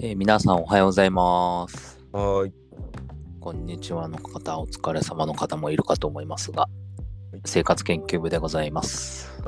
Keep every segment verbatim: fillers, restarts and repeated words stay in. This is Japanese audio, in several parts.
えー皆さんおはようございます。 はーい。 こんにちはの方、お疲れ様の方もいるかと思いますが、 はい生活研究部でございます。 はい。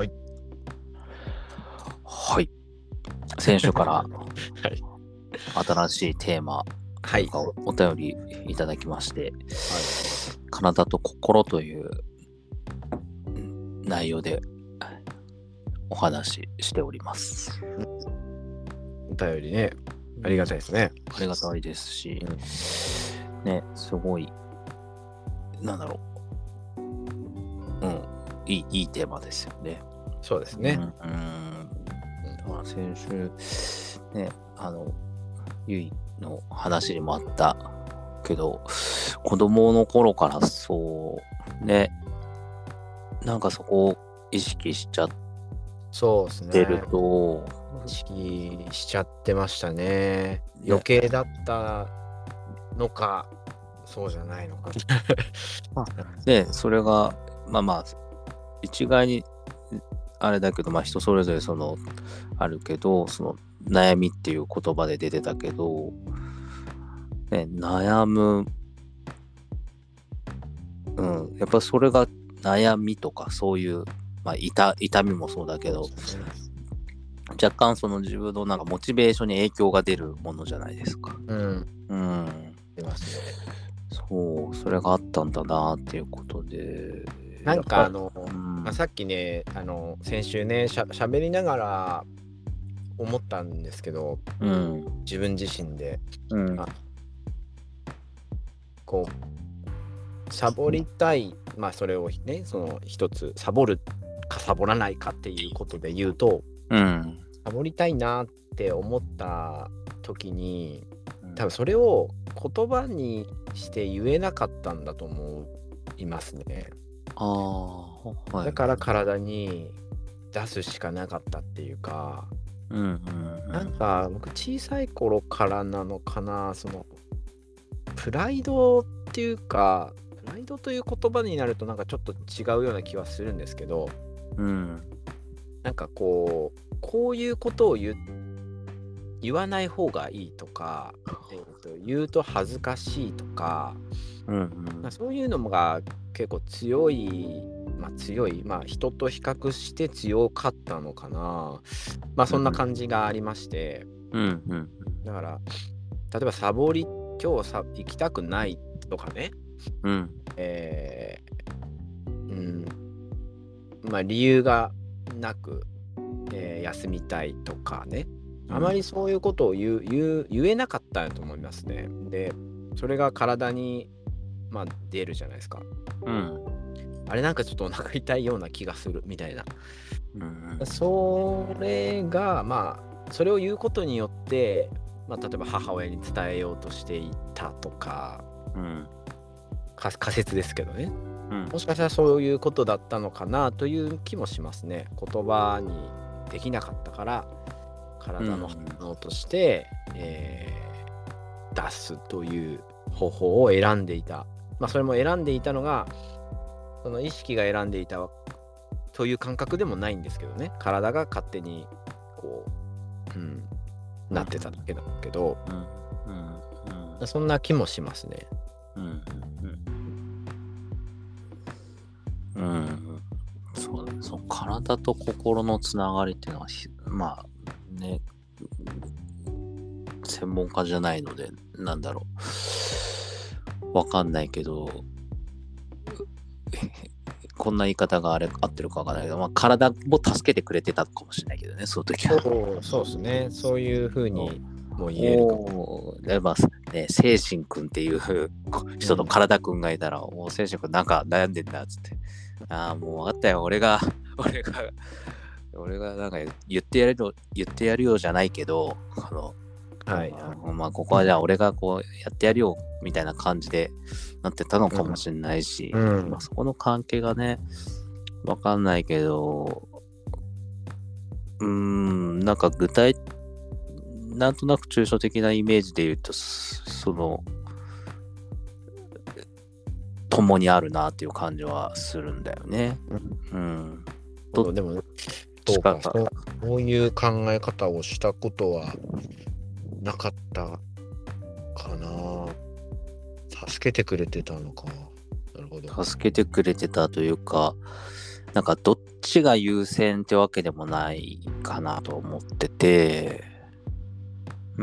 はい。先週からはい。 新しいテーマはい。 がおお便りいただきまして、 はい。 体と心といううん内容でお話ししております。 お便りね、ありがたいですね。 ありがたいですし、 うんね、すごい、なんだろう、うん、いい、いいテーマですよね。 そうですね。 うん、うんだから先週、ね、あの、ゆいの話にもあったけど、子供の頃からそう、ね、なんかそこを意識しちゃっそうですてるね。 と、 意識しちゃってましたね。 ね余計だったのか、そうじゃないのか。 で、それが、まあまあ、一概に、あれだけど、まあ人それぞれその、あるけど、その、悩みっていう言葉で出てたけど、ね、悩む、うん、やっぱそれが悩みとかそういう、まあ、痛, 痛みもそうだけど、 そうですね。 若干その自分のなんかモチベーションに影響が出るものじゃないですか。 うん。 うん。 出ますね。 そう、それがあったんだなっていうことで。 なんかあの、 うんまあ、さっきね、あの、先週ね、しゃ、喋りながら思ったんですけど、 うん。 自分自身で、 うん。 あこう、サボりたい、まあそれをね、その一つサボるかサボらないかっていうことで言うと、 うん。 サボりたいなって思った時に、多分それを言葉にして言えなかったんだと思いますね。 ああ、はい。 だから体に出すしかなかったっていうか、 うんうんうん。 なんか僕小さい頃からなのかな、そのプライドっていうか、プライドという言葉になるとなんかちょっと違うような気はするんですけど、 うん。 なんかこうこういうことを言う言わない方がいいとか、えーと言うと恥ずかしいとか、 うんうんまあ、そういうのが結構強い、まあ強い、まあ人と比較して強かったのかな。まあそんな感じがありまして、 うんうんだから例えばサボり今日さ行きたくないとかね、 うんえーうんまあ理由がなく、えー休みたいとかね、あまりそういうことを言う、言う、言えなかったんだと思いますね。で、それが体に、まあ、出るじゃないですか。 うんあれなんかちょっとお腹痛いような気がするみたいな。 うんそれが、まあ、それを言うことによって、まあ、例えば母親に伝えようとしていたとか、 うんか仮説ですけどね。 うんもしかしたらそういうことだったのかなという気もしますね。言葉にできなかったから、体の反応として、えー出すという方法を選んでいた。まあそれも選んでいたのが、その意識が選んでいたという感覚でもないんですけどね。体が勝手にこう、うん、なってただけだけど、 うんうんうんそんな気もしますね。 うんうんうんそうだね。その体と心のつながりっていうのはひまあね専門家じゃないのでなんだろうわかんないけどこんな言い方があれ合ってるかわからないけど、まあ、体も助けてくれてたかもしれないけどねその時は。 そうそうですね。そういうふうにも言えるかも。 おーやっぱね精神くんっていう人と体くんがいたら、おお精神くんなんか悩んでんだっつってああもう分かったよ俺が俺が俺がなんか言ってやるよ言ってやるよじゃないけどあのはい。 まあここはじゃあ俺がこうやってやるよみたいな感じでなってたのかもしれないし、 うんまあ、そこの関係がねわかんないけどうーんなんか具体なんとなく抽象的なイメージで言うとその共にあるなっていう感じはするんだよね。うん。 とでもそうかそう、そういう考え方をしたことはなかっかな。助けてくれてたのか。なるほど。 助けてくれてたというか、なんかどっちが優先ってわけでもないかなと思ってて、うん、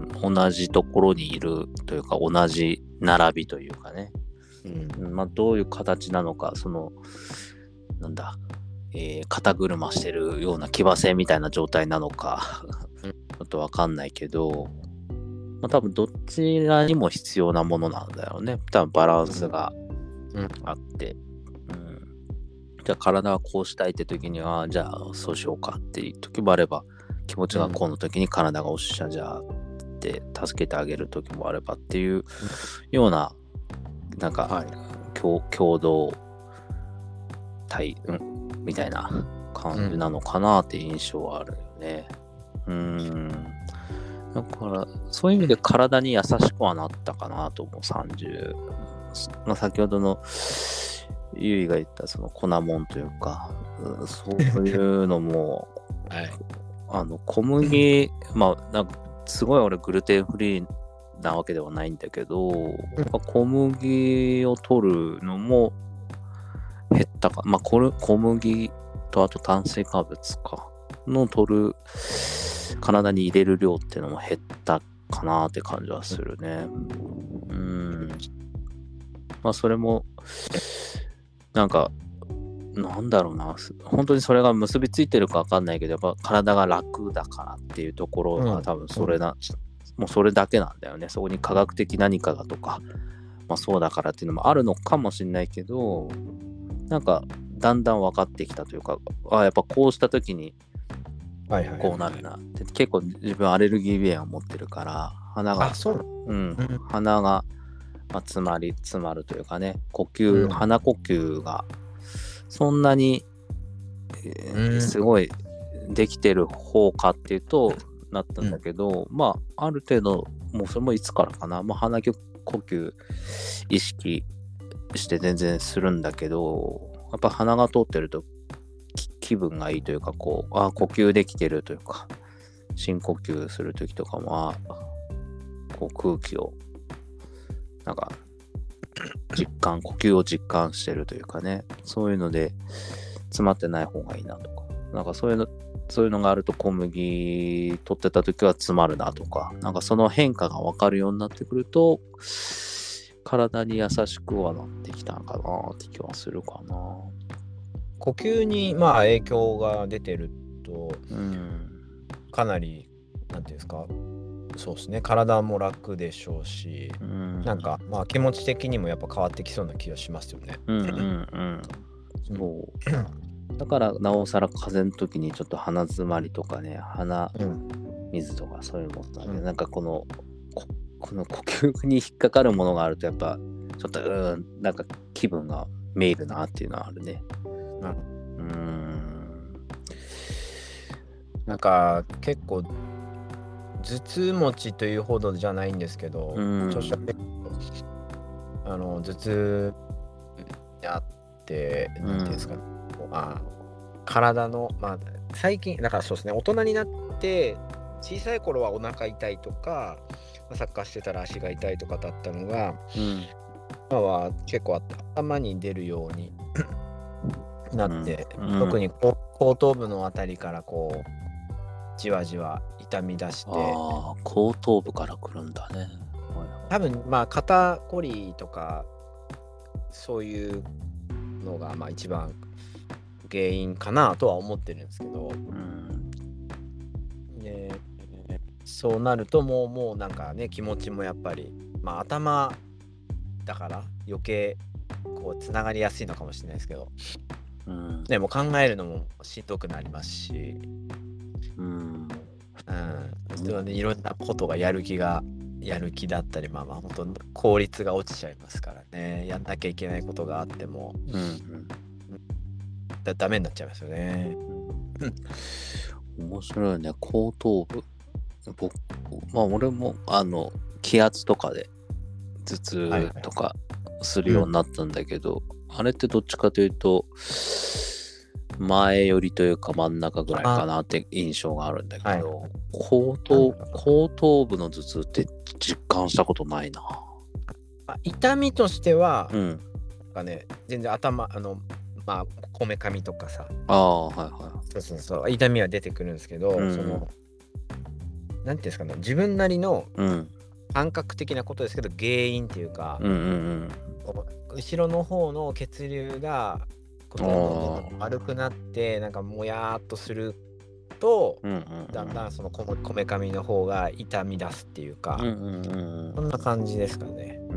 同じところにいるというか、同じ並びというかね、うん、まあどういう形なのか、そのなんだ、えー、肩車してるような騎馬戦みたいな状態なのかちょっとわかんないけど、まあ、多分どっちらにも必要なものなんだよね。多分バランスがあって、うんうん、じゃあ体はこうしたいって時にはじゃあそうしようかっていう時もあれば、気持ちがこうの時に体がおっしゃじゃあって助けてあげる時もあればっていうようななんか、はい、共, 共同体、うん、みたいな感じなのかなって印象はあるよね。うん、うんだからそういう意味で体に優しくはなったかなと思う。さんじゅう、まあ、先ほどのゆいが言ったその粉もんというか、うん、そういうのも、はい、あの小麦まあなんかすごい俺グルテンフリーなわけではないんだけど、うん、小麦を取るのも減ったか、まあこれ小麦とあと炭水化物かの取る体に入れる量っていうのも減ったかなって感じはするね。うん。まあそれもなんかなんだろうな、本当にそれが結びついてるか分かんないけど、やっぱ体が楽だからっていうところが多分それな、うん、もうそれだけなんだよね。そこに科学的何かがとか、まあそうだからっていうのもあるのかもしれないけど、なんかだんだん分かってきたというか、あやっぱこうした時にこうなるなって、結構自分アレルギー鼻炎を持ってるから鼻が、うん、鼻が、まあ、詰まり詰まるというかね、呼吸、うん、鼻呼吸がそんなに、えーうん、すごいできてる方かっていうとなったんだけど、うん、まあある程度もうそれもいつからかな、まあ、鼻呼吸意識して全然するんだけど、やっぱ鼻が通ってると気分がいいというか、こうあ呼吸できてるというか、深呼吸するときとかもこう空気をなんか実感呼吸を実感してるというかね、そういうので詰まってない方がいいなとか、なんかそういうのそういうのがあると小麦取ってたときは詰まるなとか、なんかその変化が分かるようになってくると体に優しくはなってきたのかなって気はするかな。 呼吸にまあ影響が出てると、うん、かなりなんていうんですか、そうですね、体も楽でしょうし、うん、なんかまあ気持ち的にもやっぱ変わってきそうな気がしますよね。 うんうんうん。そうだからなおさら風邪の時にちょっと鼻詰まりとかね、鼻水とかそういうのもあって、うん、なんかこのここの呼吸に引っかかるものがあるとやっぱちょっとうんなんか気分がめいるなっていうのはあるね。 うん、うーんなんか結構頭痛持ちというほどじゃないんですけど、著者結構あの頭痛にあってなんていうんですか、ね、うん、あ体のまあ最近だからそうですね、大人になって小さい頃はお腹痛いとか、サッカーしてたら足が痛いとかだったのが、うん、今は結構頭に出るようになって、うん、特に後頭部のあたりからこうじわじわ痛み出して、 あ後頭部からくるんだね。 多分まあ肩こりとかそういうのがまあ一番原因かなとは思ってるんですけど、うん、でそうなるともうもうなんかね、気持ちもやっぱりまあ頭だから余計こうつながりやすいのかもしれないですけど、うん、でも考えるのもしんどくなりますし、うん、うん、ね、いろんなことがやる気がやる気だったり、まあまあ本当効率が落ちちゃいますからね、やんなきゃいけないことがあっても、うんうん、だダメになっちゃいますよね。 面白いね、後頭部。僕まあ俺もあの気圧とかで頭痛とかするようになったんだけど、はいはい、あれってどっちかというと前寄りというか真ん中ぐらいかなって印象があるんだけど、後頭後頭部の頭痛って実感したことないな。 あ、痛みとしては、 うん、 なんかね、全然頭、あの、まあ、こめかみとかさ、 ああ、はいはそうそうそう、痛みは出てくるんですけど、 うん、 その、なんていうんですかね、自分なりのうん、 感覚的なことですけど、原因っていうか、 うん、うん、 後ろの方の血流がこうどんどんどんどん丸くなってなんかもやーっとすると、 うん、うん、 だんだんそのこめこめかみの方が痛み出すっていうか、 うん、うん、うん、 そんな感じですかね。 うん、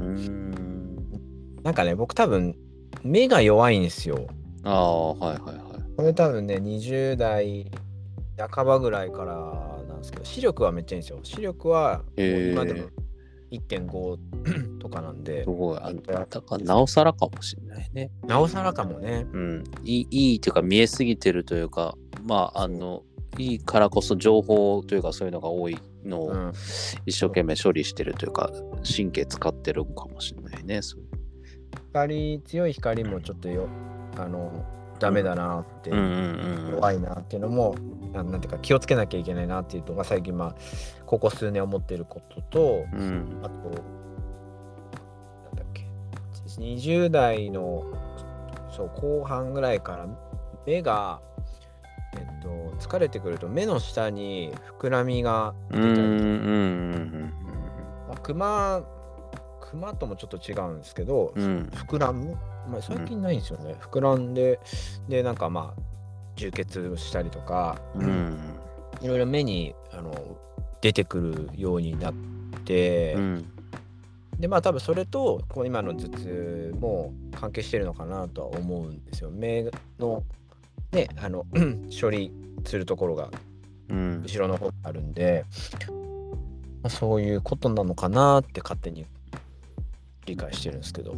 なんかね、僕多分目が弱いんですよ。 ああ、はいはいはい。 これ多分ね、にじゅう代半ばぐらいからなんですけど、視力はめっちゃいいんですよ。視力はもう今でもいってんごとかなんで、 すごい。あ、だからなおさらかもしれないね。 なおさらかもね。 うん。いい、いいというか見えすぎてるというか、まあ、あの、いいからこそ情報というかそういうのが多いのを一生懸命処理してるというか、神経使ってるかもしれないね。そういう光、強い光もちょっとよ、あの、ダメだなって、 うんうんうん、 弱いなっていうのも、なんていうか気をつけなきゃいけないなっていうのが最近、まあ、ここ数年思ってることと、 うん、 あと、なんだっけ、にじゅう代のそう後半ぐらいから目が、えっと、疲れてくると目の下に膨らみが出たりとか、 うんうんうんまあ、クマクマともちょっと違うんですけど、 うん、 膨らむ、まあ、最近ないんですよね、うん、膨らんででなんかまあ充血したりとか、 うん、 いろいろ目にあの出てくるようになって、うん、でまあ多分それとこう今の頭痛も関係してるのかなとは思うんですよ。目のねあの処理するところが後ろの方にあるんで、うん、まあ、そういうことなのかなって勝手に理解してるんですけど、うん、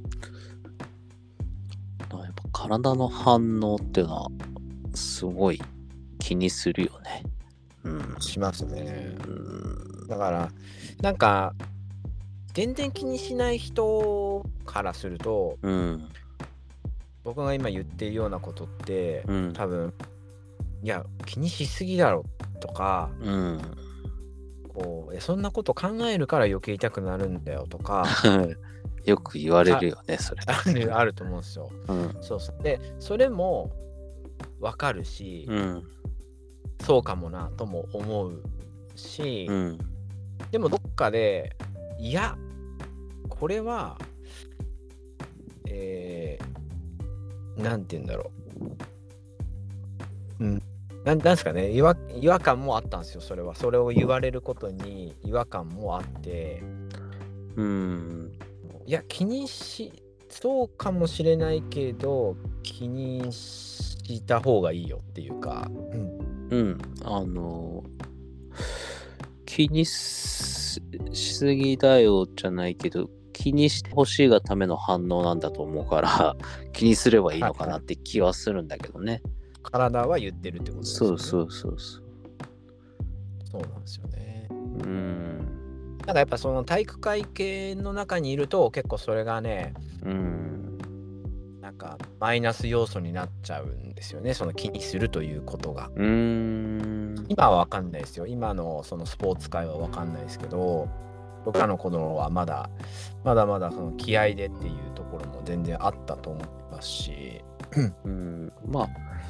やっぱ体の反応っていうのはすごい気にするよね。 うん、しますね。うん、だからなんか全然気にしない人からすると、うん、僕が今言っているようなことって、うん、多分いや気にしすぎだろとか、うん、こうそんなこと考えるから余計痛くなるんだよとかよく言われるよねそれあるあると思うんですよ、うん、そうそうでそれもわかるし、うん、そうかもなとも思うし、うん、でもどっかでいやこれはえー、なんて言うんだろう、うん、な, なんですかね違和、違和感もあったんですよ。それはそれを言われることに違和感もあって、うん、いや気にしそうかもしれないけど気にした方がいいよっていうか、 うん、うん、あの気に し, しすぎだよじゃないけど気にしてほしいがための反応なんだと思うから気にすればいいのかなって気はするんだけどね。 体は言ってるってことですよね。 そうそうそうそう。 そうなんですよね。うん。なんかやっぱその体育会系の中にいると結構それがね、うん、なんかマイナス要素になっちゃうんですよね。その気にするということが。うーん。今は分かんないですよ。今のそのスポーツ界は分かんないですけど、僕らの子供はまだまだまだその気合でっていうところも全然あったと思いますし、うん、 まあ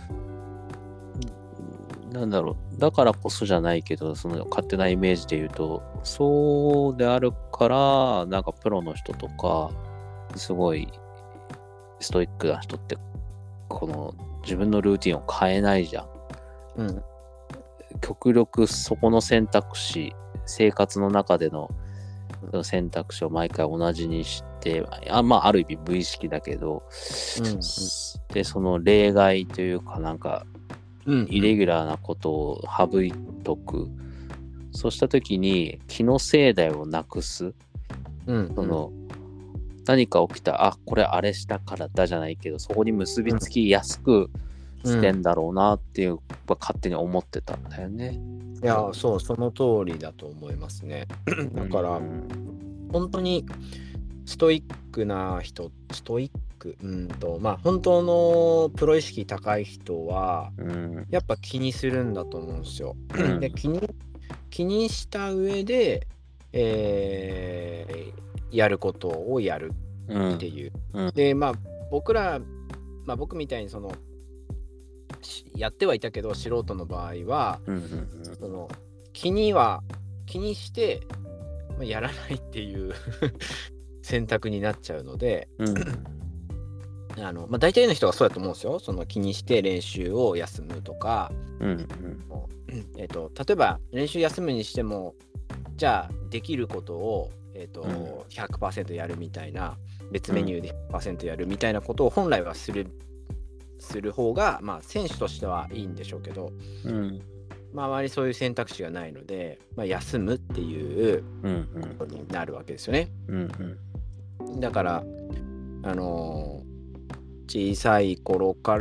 なんだろうだからこそじゃないけどその勝手なイメージで言うとそうであるからなんかプロの人とかすごいストイックな人ってこの自分のルーティンを変えないじゃん、うん、極力そこの選択肢生活の中での選択肢を毎回同じにしてあまあある意味無意識だけど、うんうん、でその例外というかなんかイレギュラーなことを省いとく、うんうん、そうした時に気のせいだよをなくす、うんうん、その何か起きたあこれあれしたからだじゃないけどそこに結びつきやすくしてんだろうなっていう、うん、勝手に思ってたんだよね。 いやそうその通りだと思いますねだから、うん、本当にストイックな人、ストイック、うんと、まあ本当のプロ意識高い人は、 うん。 やっぱ気にするんだと思うんですよ。 うんで、気に、気にした上で、えーやることをやるうんっていう。 うんで、まあ僕ら、まあ僕みたいにその、しやってはいたけど、素人の場合は、 うんうんその気には、気にして、まあやらないっていう選択になっちゃうので、 うんあのまあ、大体の人がそうだと思うんですよ。その気にして練習を休むとか、 うんうんえー、と例えば練習休むにしても、じゃあできることを、えーとうんひゃくパーセントやるみたいな、別メニューで ひゃくパーセントやるみたいなことを本来はするする方が、まあ、選手としてはいいんでしょうけど、 うんまあ、あまりそういう選択肢がないので、まあ、休むっていううんことになるわけですよね。 うんうんだからあのー小さい頃から、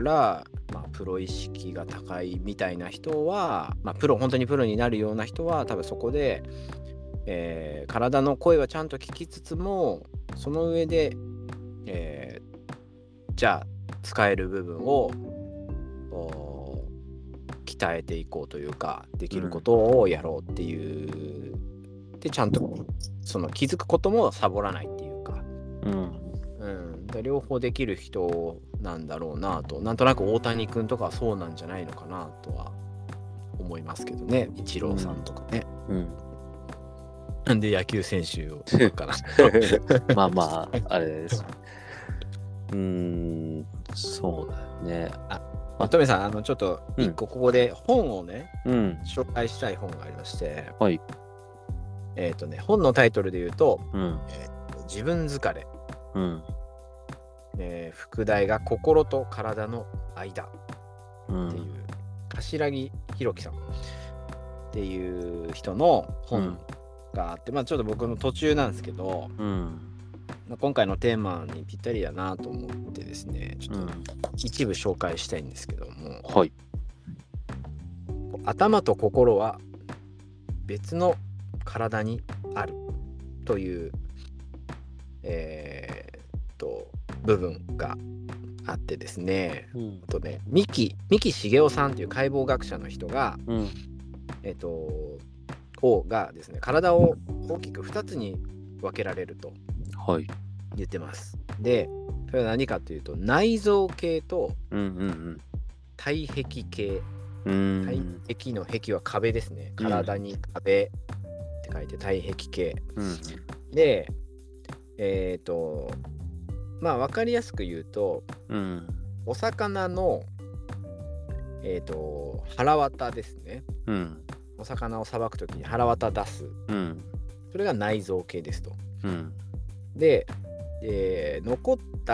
まあ、プロ意識が高いみたいな人は、まあ、プロ本当にプロになるような人は多分そこで、えー体の声はちゃんと聞きつつも、その上で、えーじゃあ使える部分をお鍛えていこうというか、できることをやろうっていう、でちゃんとその気づくこともサボらないっていうか、 うんうん、で両方できる人なんだろうなと、なんとなく大谷君とかはそうなんじゃないのかなとは思いますけどね、イチローさんとかね。 うんなんで野球選手をかな。 まあまああれです。うーんそうだよね。 あ、まとめさん、あのちょっと一個ここで本をね、 うん紹介したい本がありまして、 はいえっ、とね、本のタイトルで言うと、 うんえー自分疲れ、 うんえー副題が心と体の間うんっていう、柏木弘樹さんっていう人の本があって、まあちょっと僕の途中なんですけど、 うんまあ、今回のテーマにぴったりだなと思ってですね、ちょっと一部紹介したいんですけども、 はい頭と心は別の体にあるという、えーっと部分があってですね、 うんあとね、三木三木茂雄さんという解剖学者の人が、 うんえーっとをがですね、体を大きくふたつに分けられるとはい言ってます。で、それは何かというと、内臓系とうんうん体壁系。 うん体壁の壁は壁ですね。体に壁って書いて体壁系。 うんで、えっ、と、まあ分かりやすく言うと、 うんお魚の、えっ、と、腹渡ですね。 うんお魚をさばくときに腹渡出す。 うんそれが内臓系ですと。 うんで、えー残った、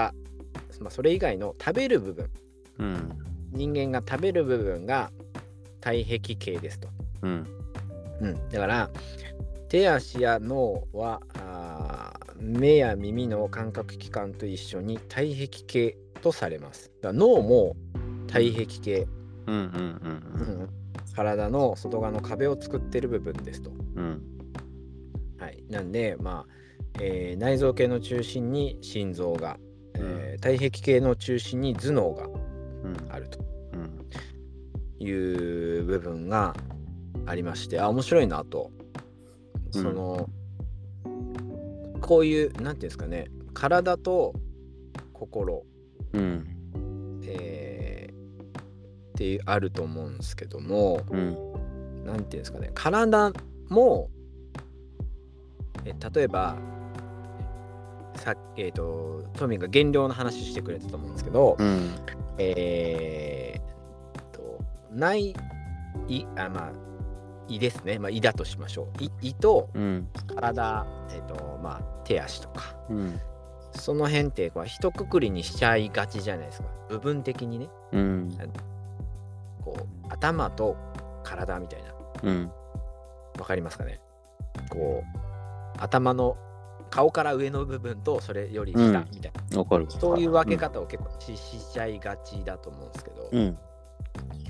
まあ、それ以外の食べる部分、 うん人間が食べる部分が体壁系ですと。 うんうん、だから手足や脳はあ目や耳の感覚器官と一緒に体壁系とされます。だから脳も体壁系、 うんうんうん体の外側の壁を作っている部分ですと。 うんはい、なんで、まあえー内臓系の中心に心臓が、えー体壁系の中心に頭脳がうんあるとうんいう部分がありまして、あ、面白いなと。 うんその、こういう、なんていうんですかね、体と心、 うんえーってあると思うんですけども、 うんなんていうんですかね、体も、え例えば、さっき、えっと、トミーが減量の話してくれたと思うんですけど、 うんえーっと、ない、い、あ、まあ、胃ですね。まあ、胃だとしましょう。胃、胃とうん体、えっと、まあ、手足とか、 うんその辺ってこう一括りにしちゃいがちじゃないですか。部分的にね。 うんこう、頭と体みたいな。 うんわかりますかね。こう、頭の顔から上の部分とそれより下みたいな。 わかる。 そういう分け方を結構し、しちゃいがちだと思うんですけど、 うん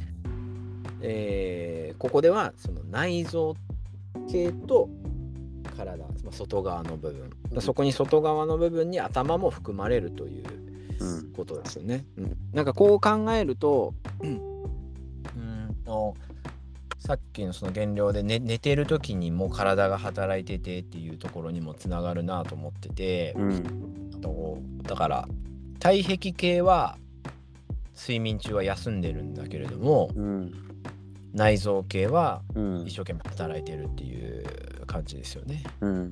えーここではその内臓系と体、まあ、外側の部分、だそこに外側の部分に頭も含まれるということですよね、うんうん、なんかこう考えると、うん、うんとさっきのその減量で、ね、寝てる時にも体が働いててっていうところにもつながるなと思ってて、うん、とだから体壁系は睡眠中は休んでるんだけれども、うん、内臓系は一生懸命働いてるっていう感じですよね、うんうん、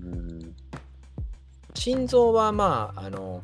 心臓はまああの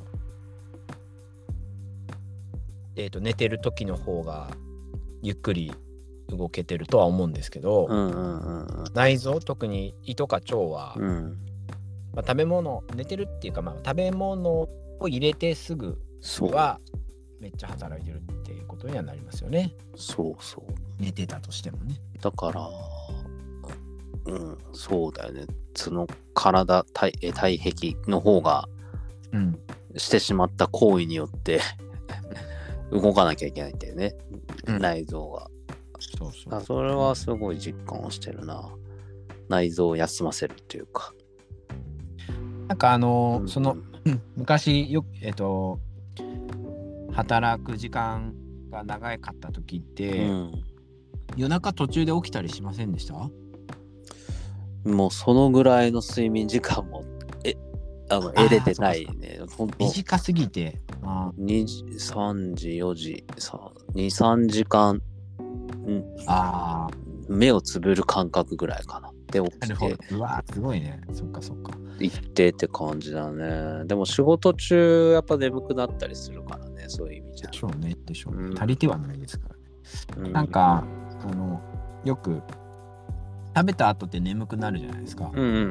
えーと寝てる時の方がゆっくり動けてるとは思うんですけど、うんうんうん、内臓特に胃とか腸は、うんまあ、食べ物寝てるっていうか、まあ、食べ物を入れてすぐはめっちゃ働いてるっていうことにはなりますよね。 そうそう。 寝てたとしてもね。 だからうんそうだよね。その体 体, 体壁の方が、うん、してしまった行為によって動かなきゃいけないんだよね、うん、内臓が。そうそう。それはすごい実感をしてるな。内臓を休ませるっていうか。 なんかあのーうん、その、うん、昔よえっと働く時間が長かった時って、うん、夜中途中で起きたりしませんでした？ もうそのぐらいの睡眠時間もえあの得れてないね。 短すぎてにじさんじよじにさんじかん、うん、あ目をつぶる感覚ぐらいかなで起きて。なるほど。 うわすごいね。そっかそっか。 行ってって感じだね。でも仕事中やっぱ眠くなったりするからね、そういう意味じゃ。 でしょうねでしょうね、うん、足りてはないですからね、うん、なんかあのよく食べた後って眠くなるじゃないですか、うんうんうん、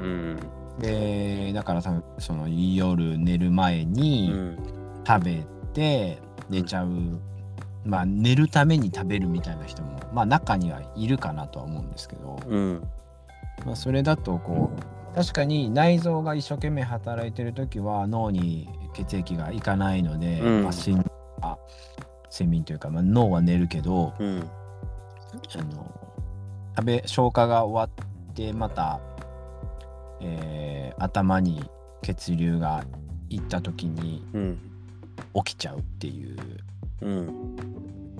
でだからさその夜寝る前に食べて寝ちゃう、うん、まあ寝るために食べるみたいな人もまあ中にはいるかなとは思うんですけど、うんまあ、それだとこう確かに内臓が一生懸命働いてる時は脳に血液がいかないので、うんまあ、睡眠あ睡眠というか、まあ、脳は寝るけど、うん、あの食べ消化が終わってまた、えー、頭に血流がいった時に起きちゃうっていう、うん、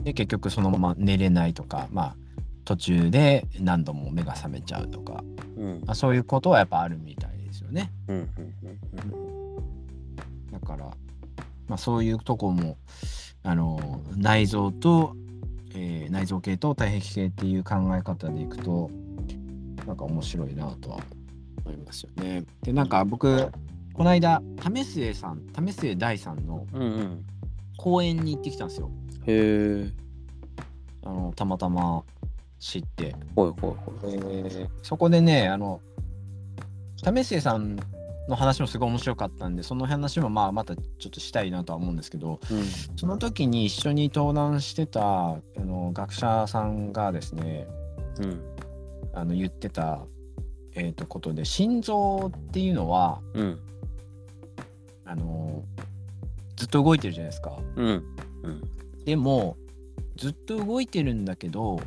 で結局そのまま寝れないとか、まあ、途中で何度も目が覚めちゃうとか、うんまあ、そういうことはやっぱあるみたいですよね、うんうんうんうん、だから、まあ、そういうとこもあの内臓と、えー、内臓系と体壁系っていう考え方でいくとなんか面白いなとは思いますよね。でなんか僕この間為末さん為末大さんの講演に行ってきたんですよ、うんうん、へえあのたまたま知ってほいほいほい、えー、そこでねあの為末さんの話もすごい面白かったんでその話もまあまたちょっとしたいなとは思うんですけど、うん、その時に一緒に登壇してたあの学者さんがですね、うん、あの言ってた、えー、とことで心臓っていうのは、うん、あのずっと動いてるじゃないですか、うんうん、でもずっと動いてるんだけど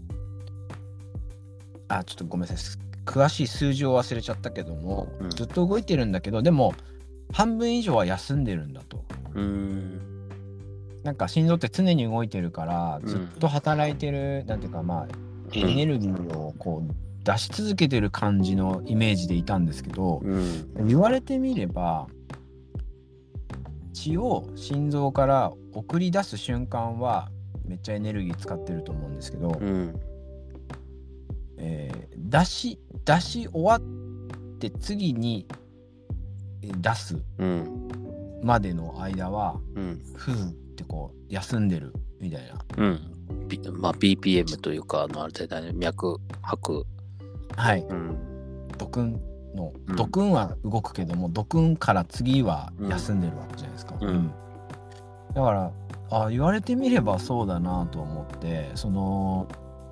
あちょっとごめんなさい詳しい数字を忘れちゃったけども、うん、ずっと動いてるんだけどでも半分以上は休んでるんだと。うーんなんか心臓って常に動いてるからずっと働いてる、うん、なんていうかまあエネルギーをこう出し続けてる感じのイメージでいたんですけど、うん、言われてみれば血を心臓から送り出す瞬間はめっちゃエネルギー使ってると思うんですけど、うんえー、出し出し終わって次に出すまでの間は、うん、ふーってこう休んでるみたいな、 うんBまあ、ビーピーエム というかあのあれだね脈拍はい、うん、ドクンの、うん、ドクンは動くけどもドクンから次は休んでるわけじゃないですか、うんうん、だからあ言われてみればそうだなと思ってその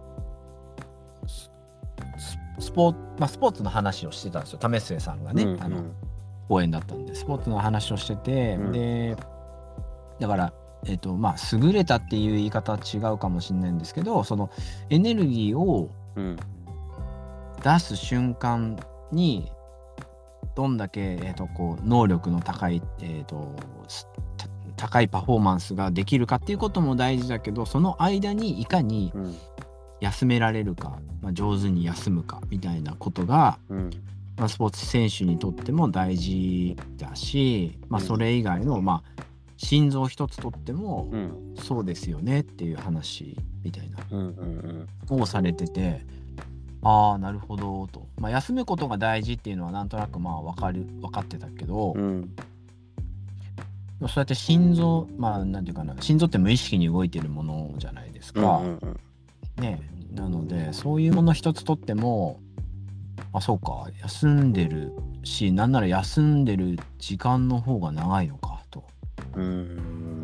スポー、まあ、スポーツの話をしてたんですよ為末さんがね、うんうん、あの講演だったんでスポーツの話をしてて、うん、でだからえーとまあ、優れたっていう言い方は違うかもしれないんですけどそのエネルギーを出す瞬間にどんだけ、えーと、こう能力の高い、えーと、高いパフォーマンスができるかっていうことも大事だけど、その間にいかに休められるか、まあ、上手に休むかみたいなことが、 うんまあ、スポーツ選手にとっても大事だし、まあ、それ以外の、まあ、心臓一つとってもそうですよねっていう話みたいなをされてて、ああなるほどと、まあ、休むことが大事っていうのはなんとなくまあ分かる分かってたけど、うん、そうやって心臓まあなんていうかな、心臓って無意識に動いてるものじゃないですか、うんうんうん、ね、なのでそういうもの一つとっても、あそうか休んでるし、なんなら休んでる時間の方が長いのかと、うん、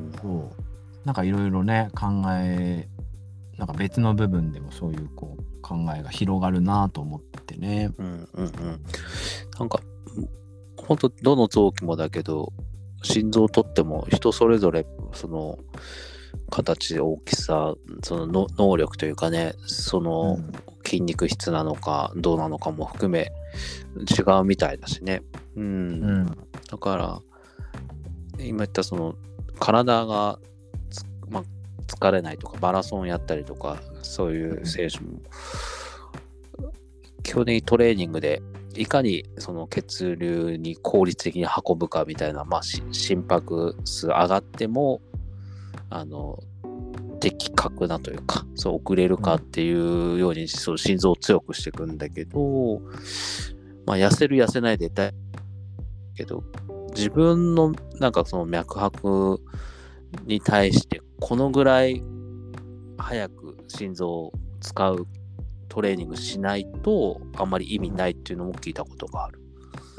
そうなんかいろいろね考え、なんか別の部分でもそういうこう考えが広がるなと思ってね。 うんうんうん。なんか本当どの臓器もだけど、心臓をとっても人それぞれその形、大きさ、その能力というかね、その筋肉質なのかどうなのかも含め違うみたいだしね。うん。うん、だから今言ったその体がまあ疲れないとかマラソンやったりとかそういう選手も基本的にトレーニングでいかにその血流に効率的に運ぶかみたいな、まあ、心拍数上がってもあの的確なというかそう遅れるかっていうようにそう心臓を強くしていくんだけど、まあ、痩せる痩せないでだけど自分のなんかその脈拍に対してこのぐらい早く心臓を使うトレーニングしないとあんまり意味ないっていうのも聞いたことがある。うん、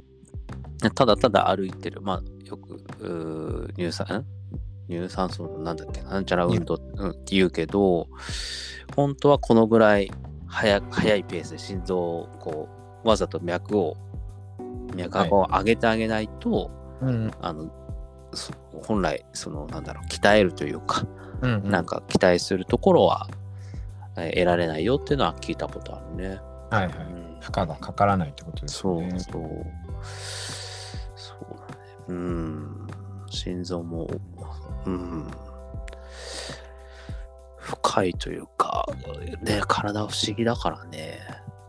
ただただ歩いてる、まあよく乳酸乳酸素のなんだっけなんちゃら運動、うん、って言うけど、本当はこのぐらい早早いペースで心臓をこうわざと脈を脈拍を上げてあげないと、はい、うん、あの本来そのなんだろう鍛えるというか、うんうん、なんか期待するところは得られないよっていうのは聞いたことあるね。 はいはい。うん、負荷がかからないってことですね。 そうそう。そうだね。うん。心臓も、うん。深いというか、ね、体は不思議だからね。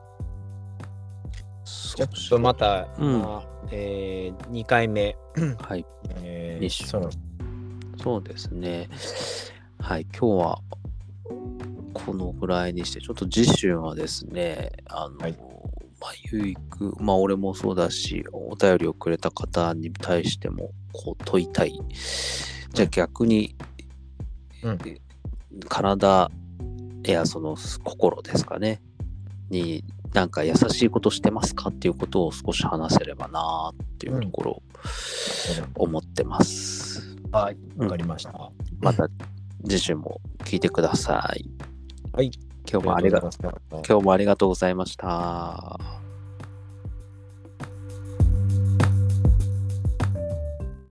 ちょっとまた、うんまあえー、にかいめ。 はい。 えー、 そうそうですね。はい、今日はこのぐらいにして、ちょっと次週はですね、あの、はい、まあ、ゆいく、まあ、俺もそうだし、お便りをくれた方に対しても、こう問いたい。じゃあ逆に、うん、体やその心ですかね、に、なんか優しいことしてますかっていうことを少し話せればなっていうところを思ってます。 うん、はい、わかりました。うん、 また次週も聞いてください。 はい。 今日もありがとう、今日もありがとうございました。